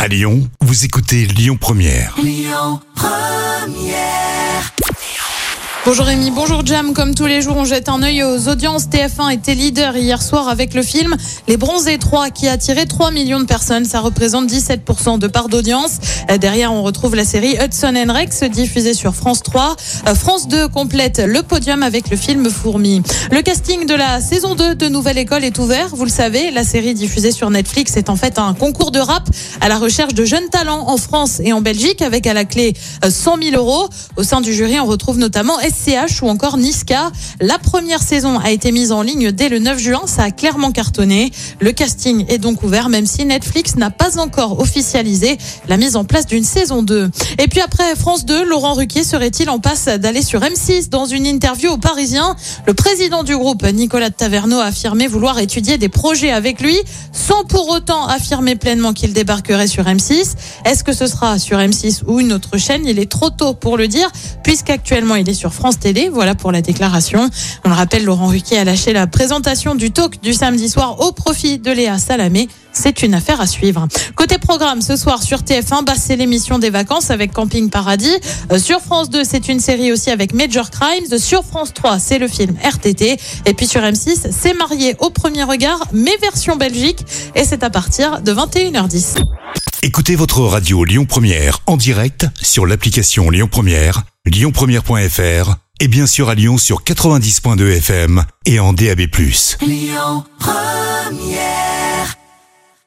À Lyon, vous écoutez Lyon Première. Lyon Première. Bonjour Rémi, bonjour Jam. Comme tous les jours, on jette un œil aux audiences. TF1 était leader hier soir avec le film Les Bronzés 3 qui a attiré 3 millions de personnes. Ça représente 17% de part d'audience. Derrière, on retrouve la série Hudson & Rex diffusée sur France 3. France 2 complète le podium avec le film Fourmi. Le casting de la saison 2 de Nouvelle École est ouvert. Vous le savez, la série diffusée sur Netflix est en fait un concours de rap à la recherche de jeunes talents en France et en Belgique avec à la clé 100 000 €. Au sein du jury, on retrouve notamment SCH ou encore Niska. La première saison a été mise en ligne dès le 9 juin. Ça a clairement cartonné. Le casting est donc ouvert, même si Netflix n'a pas encore officialisé la mise en place d'une saison 2. Et puis après France 2, Laurent Ruquier serait-il en passe d'aller sur M6? Dans une interview aux Parisiens, le président du groupe, Nicolas de Taverneau, a affirmé vouloir étudier des projets avec lui, sans pour autant affirmer pleinement qu'il débarquerait sur M6. Est-ce que ce sera sur M6 ou une autre chaîne? Il est trop tôt pour le dire, puisqu'actuellement il est sur France Télé. Voilà pour la déclaration. On le rappelle, Laurent Ruquier a lâché la présentation du talk du samedi soir au profit de Léa Salamé. C'est une affaire à suivre. Côté programme, ce soir sur TF1, c'est l'émission des vacances avec Camping Paradis. Sur France 2, c'est une série aussi avec Major Crimes. Sur France 3, c'est le film RTT. Et puis sur M6, c'est Marié au premier regard, mais version Belgique. Et c'est à partir de 21h10. Écoutez votre radio Lyon Première en direct sur l'application Lyon Première, lyonpremière.fr et bien sûr à Lyon sur 90.2 FM et en DAB+. Lyon Première.